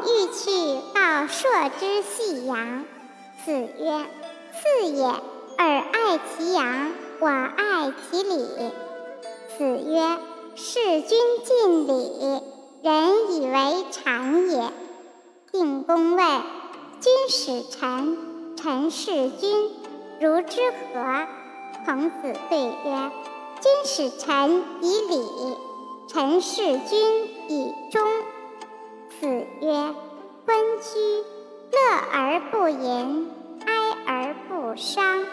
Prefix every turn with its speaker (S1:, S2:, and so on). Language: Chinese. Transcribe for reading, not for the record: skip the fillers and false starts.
S1: 欲去告朔之细阳。子曰：次也，尔爱其阳，我爱其礼。子曰：事君尽礼，人以为常也。定公问：君使臣，臣事君，如之何？孔子对曰：君使臣以礼，臣事君以忠。子曰：昏居，乐而不淫，哀而不伤。